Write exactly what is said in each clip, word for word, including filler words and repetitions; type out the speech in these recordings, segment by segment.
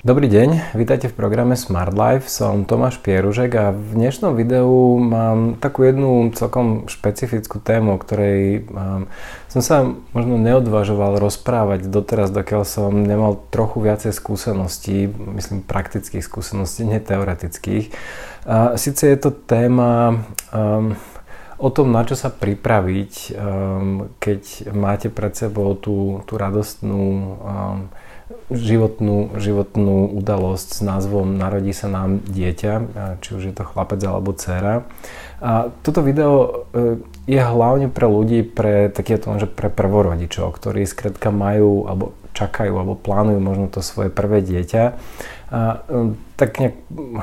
Dobrý deň, vítajte v programe Smart Life, som Tomáš Pieružek a v dnešnom videu mám takú jednu celkom špecifickú tému, o ktorej um, som sa možno neodvažoval rozprávať doteraz, dokiaľ som nemal trochu viacej skúseností, myslím praktických skúseností, nie teoretických. A síce je to téma um, o tom, na čo sa pripraviť, um, keď máte pred sebou tú, tú radostnú um, životnú, životnú udalosť s názvom Narodí sa nám dieťa, či už je to chlapec alebo dcéra. A toto video je hlavne pre ľudí, pre takéto, že pre prvorodičov, ktorí skrátka majú alebo čakajú alebo plánujú možno to svoje prvé dieťa. A tak nejak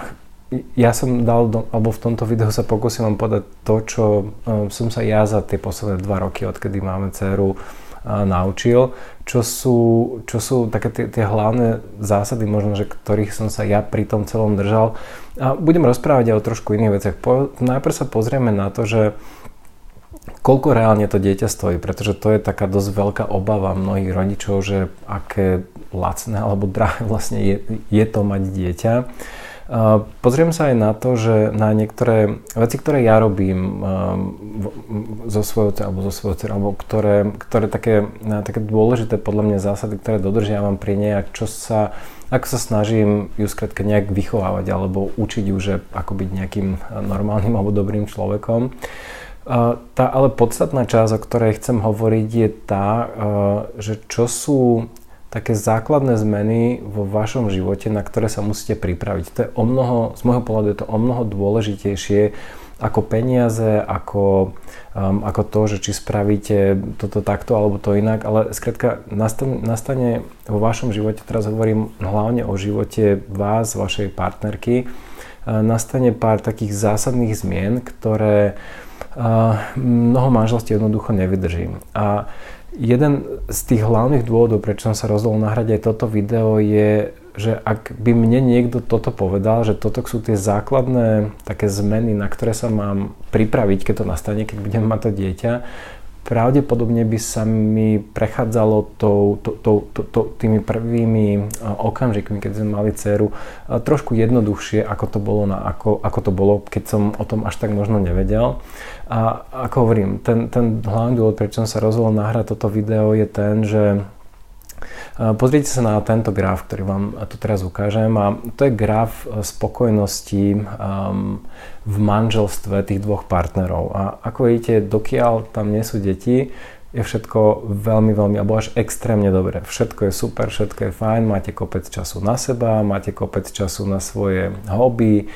ja som dal, do, alebo v tomto videu sa pokúsim vám podať to, čo som sa ja za tie posledné dva roky, odkedy máme dcéru, naučil, čo sú, čo sú také tie, tie hlavné zásady, možno, že ktorých som sa ja pri tom celom držal. A budem rozprávať aj o trošku iných veciach. Po, najprv sa pozrieme na to, že koľko reálne to dieťa stojí, pretože to je taká dosť veľká obava mnohých rodičov, že aké lacné alebo drahé vlastne je, je to mať dieťa. Uh, pozriem sa aj na to, že na niektoré veci, ktoré ja robím um, zo svojho alebo zo svojho alebo ktoré, ktoré také, také dôležité podľa mňa zásady, ktoré dodržiavam pri nej a čo sa, ako sa snažím ju skrátka nejak vychovávať alebo učiť ju, že ako byť nejakým normálnym alebo dobrým človekom. Uh, tá ale podstatná časť, o ktorej chcem hovoriť, je tá, uh, že čo sú také základné zmeny vo vašom živote, na ktoré sa musíte pripraviť. To je o mnoho, z môjho pohľadu je to o mnoho dôležitejšie ako peniaze, ako, um, ako to, že či spravíte toto takto alebo to inak, ale skrátka nastane, nastane vo vašom živote, teraz hovorím hlavne o živote vás, vašej partnerky, uh, nastane pár takých zásadných zmien, ktoré uh, mnoho manželstiev jednoducho nevydrží. A jeden z tých hlavných dôvodov, prečo som sa rozhodol nahrať aj toto video, je, že ak by mne niekto toto povedal, že toto sú tie základné také zmeny, na ktoré sa mám pripraviť, keď to nastane, keď budem mať to dieťa, pravdepodobne by sa mi prechádzalo to, to, to, to, to, tými prvými okamžikmi, keď sme mali dceru, trošku jednoduchšie, ako to bolo, na, ako, ako to bolo, keď som o tom až tak možno nevedel. A ako hovorím, ten, ten hlavný dôvod, prečo som sa rozhodol nahrať toto video, je ten, že pozrite sa na tento graf, ktorý vám tu teraz ukážem, a to je graf spokojnosti um, v manželstve tých dvoch partnerov. A ako vidíte, dokiaľ tam nie sú deti, je všetko veľmi, veľmi, alebo až extrémne dobre. Všetko je super, všetko je fajn, máte kopec času na seba, máte kopec času na svoje hobby,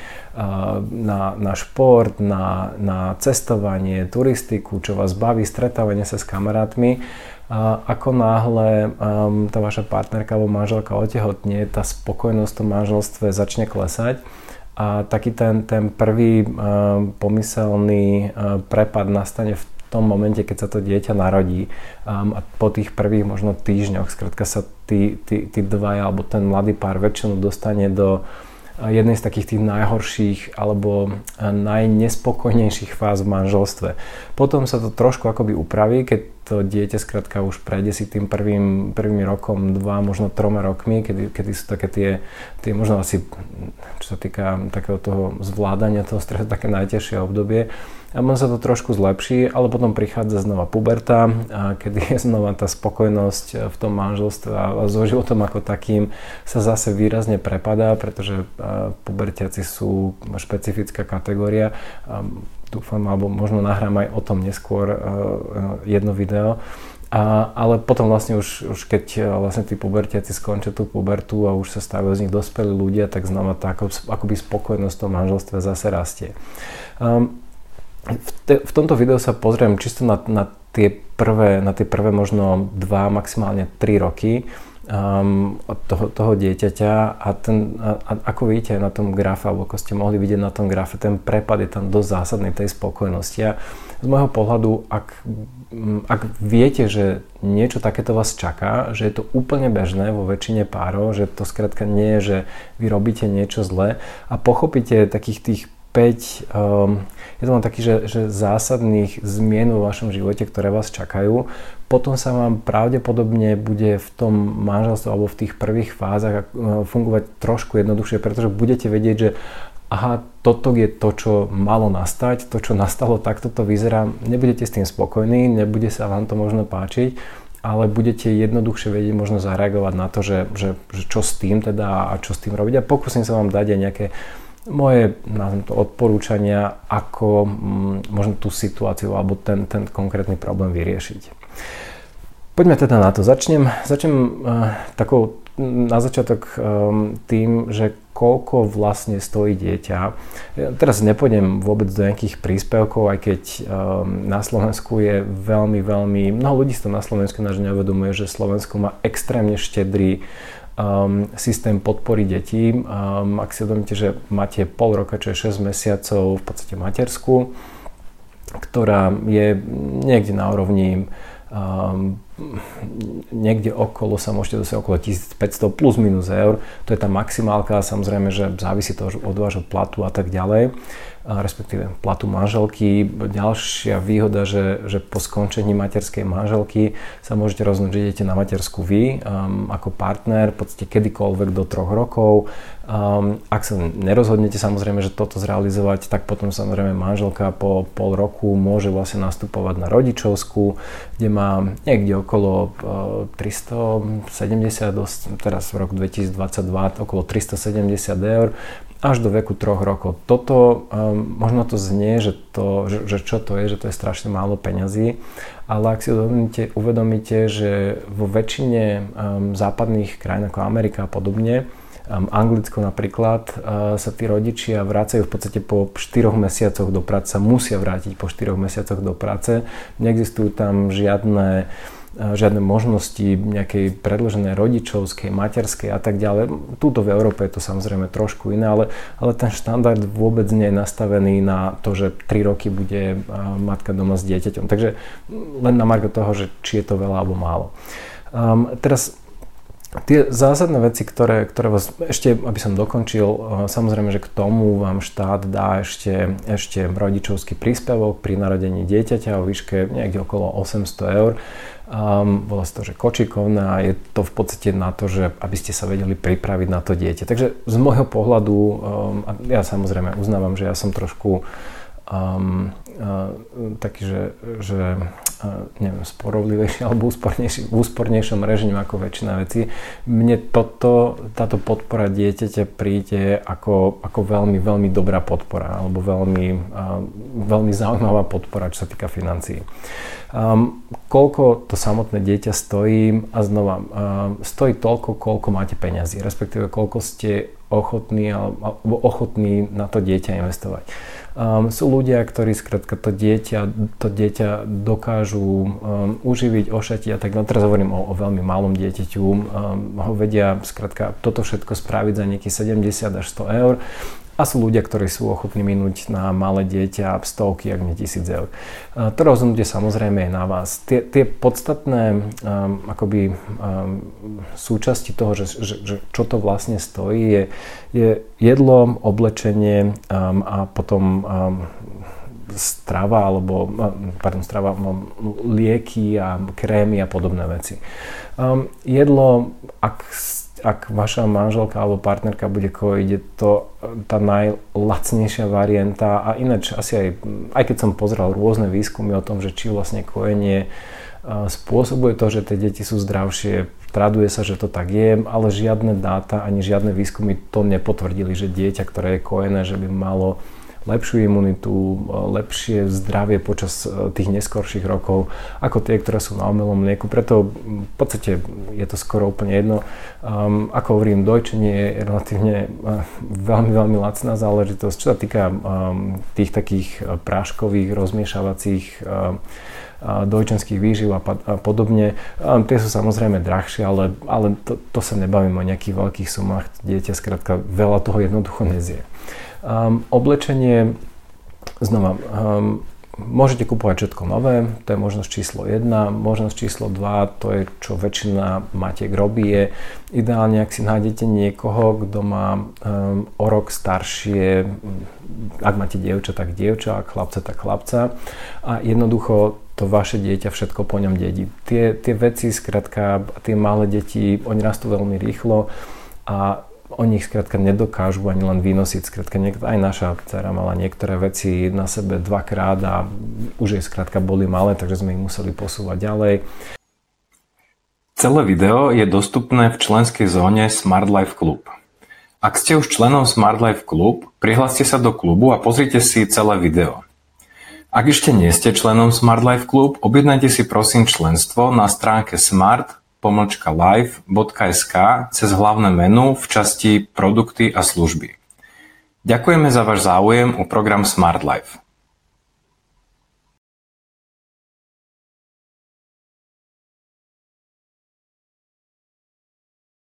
na, na šport, na, na cestovanie, turistiku, čo vás baví, stretávanie sa s kamarátmi. A ako náhle um, tá vaša partnerka alebo manželka otehotnie, tá spokojnosť v tom manželstve začne klesať a taký ten, ten prvý um, pomyselný um, prepad nastane v tom momente, keď sa to dieťa narodí um, a po tých prvých možno týždňoch, skrátka sa tí, tí, tí dvaja alebo ten mladý pár väčšinou dostane do jednej z takých tých najhorších alebo najnespokojnejších fáz v manželstve. Potom sa to trošku akoby upraví, keď to dieťa skrátka už prejde si tým prvým, prvým rokom, dva, možno troma rokmi, kedy, kedy sú také tie, tie možno asi, čo sa týka takého toho zvládania toho stresu, také najťažšie obdobie. A možno sa to trošku zlepší, ale potom prichádza znova puberta, a kedy je znova tá spokojnosť v tom manželstve a so životom ako takým sa zase výrazne prepadá, pretože pubertiaci sú špecifická kategória. Dúfam, alebo možno nahrám aj o tom neskôr jedno video. A, ale potom vlastne už, už keď vlastne tí pubertiaci skončia tú pubertu a už sa stávajú z nich dospelí ľudia, tak znova tá ako, akoby spokojnosť v tom manželstve zase rastie. Um, V, te, v tomto videu sa pozriem čisto na, na, tie prvé, na tie prvé možno dva, maximálne tri roky um, od toho, toho dieťaťa a, ten, a, a ako vidíte na tom grafe, alebo ako ste mohli vidieť na tom grafe, ten prepad je tam dosť zásadný tej spokojnosti. A z môjho pohľadu, ak, ak viete, že niečo takéto vás čaká, že je to úplne bežné vo väčšine párov, že to skrátka nie je, že vy robíte niečo zlé a pochopíte takých tých päť, um, je to len taký, že, že zásadných zmien vo vašom živote, ktoré vás čakajú. Potom sa vám pravdepodobne bude v tom manželstve alebo v tých prvých fázach fungovať trošku jednoduchšie, pretože budete vedieť, že aha, toto je to, čo malo nastať, to, čo nastalo, takto to vyzerá. Nebudete s tým spokojní, nebude sa vám to možno páčiť, ale budete jednoduchšie vedieť možno zareagovať na to, že, že, že čo s tým teda a čo s tým robiť. A pokúsim sa vám dať aj nejaké moje nazvem to, odporúčania, ako mm, možno tú situáciu alebo ten, ten konkrétny problém vyriešiť. Poďme teda na to. Začnem, začnem uh, takou na začiatok um, tým, že koľko vlastne stojí dieťa. Ja teraz nepôjdem vôbec do nejakých príspevkov, aj keď um, na Slovensku je veľmi, veľmi, mnoho ľudí si to na Slovensku náš neuvedomuje, že Slovensko má extrémne štedrý Um, systém podpory detí. Um, ak si uvedomíte, že máte pol roka, čo je šesť mesiacov, v podstate matersku, ktorá je niekde na úrovni um, niekde okolo, sa môžete dosiahnuť okolo tisícpäťsto plus minus eur. To je tá maximálka, samozrejme, že závisí to od vášho platu a tak ďalej, a respektíve platu manželky. Ďalšia výhoda, že, že po skončení materskej manželky sa môžete rozhodnúť, že idete na matersku vy um, ako partner, v podstate kedykoľvek do troch rokov. Um, ak sa nerozhodnete samozrejme, že toto zrealizovať, tak potom samozrejme manželka po pol roku môže vlastne nastupovať na rodičovskú, kde má niekde okolo uh, tristosedemdesiat, teraz v roku dvetisícdvadsaťdva okolo tristosedemdesiat eur, až do veku troch rokov. Toto, um, možno to znie, že, to, že, že čo to je, že to je strašne málo peňazí, ale ak si uvedomíte, uvedomíte že vo väčšine um, západných krajín ako Amerika a podobne, um, Anglicko napríklad, uh, sa tí rodičia vracajú v podstate po štyroch mesiacoch do práce, sa musia vrátiť po štyroch mesiacoch do práce. Neexistujú tam žiadne žiadne možnosti nejakej predĺženej rodičovskej, materskej a tak ďalej. Tuto v Európe je to samozrejme trošku iné, ale, ale ten štandard vôbec nie je nastavený na to, že tri roky bude matka doma s dieťaťom. Takže len na margo toho, že či je to veľa alebo málo. Um, teraz tie zásadné veci, ktoré, ktoré vás, ešte aby som dokončil, samozrejme, že k tomu vám štát dá ešte, ešte rodičovský príspevok pri narodení dieťaťa o výške niekde okolo osemsto eur. Um, volá sa to, že kočikovná, a je to v podstate na to, že aby ste sa vedeli pripraviť na to dieťa. Takže z môjho pohľadu, um, a ja samozrejme uznávam, že ja som trošku um, uh, taký, že, že uh, neviem, sporovlivejší alebo úspornejší, v úspornejšom režime ako väčšina vecí. Mne toto, táto podpora dieťaťa príde ako, ako veľmi, veľmi dobrá podpora alebo veľmi, uh, veľmi zaujímavá podpora, čo sa týka financií. Um, koľko to samotné dieťa stojí, a znova, um, stojí toľko, koľko máte peňazí, respektíve koľko ste ochotní alebo ochotní na to dieťa investovať. Um, sú ľudia, ktorí skrátka to dieťa, to dieťa dokážu um, uživiť, ošatiť a tak ďalej. Teraz hovorím o, o veľmi malom dieťaťu, um, ho vedia skrátka toto všetko spraviť za nejakých sedemdesiat až sto eur. A sú ľudia, ktorí sú ochotní minúť na malé dieťa stovky, ak nie tisíc eur. To rozhodnutie samozrejme je na vás. Tie, tie podstatné um, akoby um, súčasti toho, že, že, že čo to vlastne stojí, je, je jedlo, oblečenie um, a potom um, strava alebo pardon, strava, lieky a krémy a podobné veci. Um, jedlo, ak Ak vaša manželka alebo partnerka bude kojiť, je to tá najlacnejšia varianta. A ináč asi aj, aj keď som pozrel rôzne výskumy o tom, že či vlastne kojenie spôsobuje to, že tie deti sú zdravšie, traduje sa, že to tak je, ale žiadne dáta ani žiadne výskumy to nepotvrdili, že dieťa, ktoré je kojené, že by malo lepšiu imunitu, lepšie zdravie počas tých neskorších rokov ako tie, ktoré sú na umelom mlieku. Preto v podstate je to skoro úplne jedno. Um, ako hovorím, dojčenie je relatívne uh, veľmi, veľmi lacná záležitosť. Čo sa týka um, tých takých práškových, rozmiešavacích uh, dojčenských výživ a podobne. Um, tie sú samozrejme drahšie, ale, ale to, to sa nebavím o nejakých veľkých sumách. Dieťa skrátka veľa toho jednoducho nezie. Um, oblečenie, znova, um, môžete kupovať všetko nové, to je možnosť číslo jedna. Možnosť číslo dva, to je čo väčšina matiek robí, je ideálne, ak si nájdete niekoho, kto má um, o rok staršie, ak máte dievča, tak dievča, ak chlapca, tak chlapca a jednoducho to vaše dieťa všetko po ňom dedí. Tie, tie veci, skrátka, tie malé deti, oni rastú veľmi rýchlo a oni ich skrátka nedokážu ani len vynosiť. Skrátka, aj naša dcera mala niektoré veci na sebe dvakrát a už jej skrátka boli malé, takže sme ich museli posúvať ďalej. Celé video je dostupné v členskej zóne Smart Life Club. Ak ste už členom Smart Life Club, prihláste sa do klubu a pozrite si celé video. Ak ešte nie ste členom Smart Life Club, objednajte si prosím členstvo na stránke smart pomlčka life bodka es ká cez hlavné menu v časti Produkty a služby. Ďakujeme za váš záujem o program Smart Life.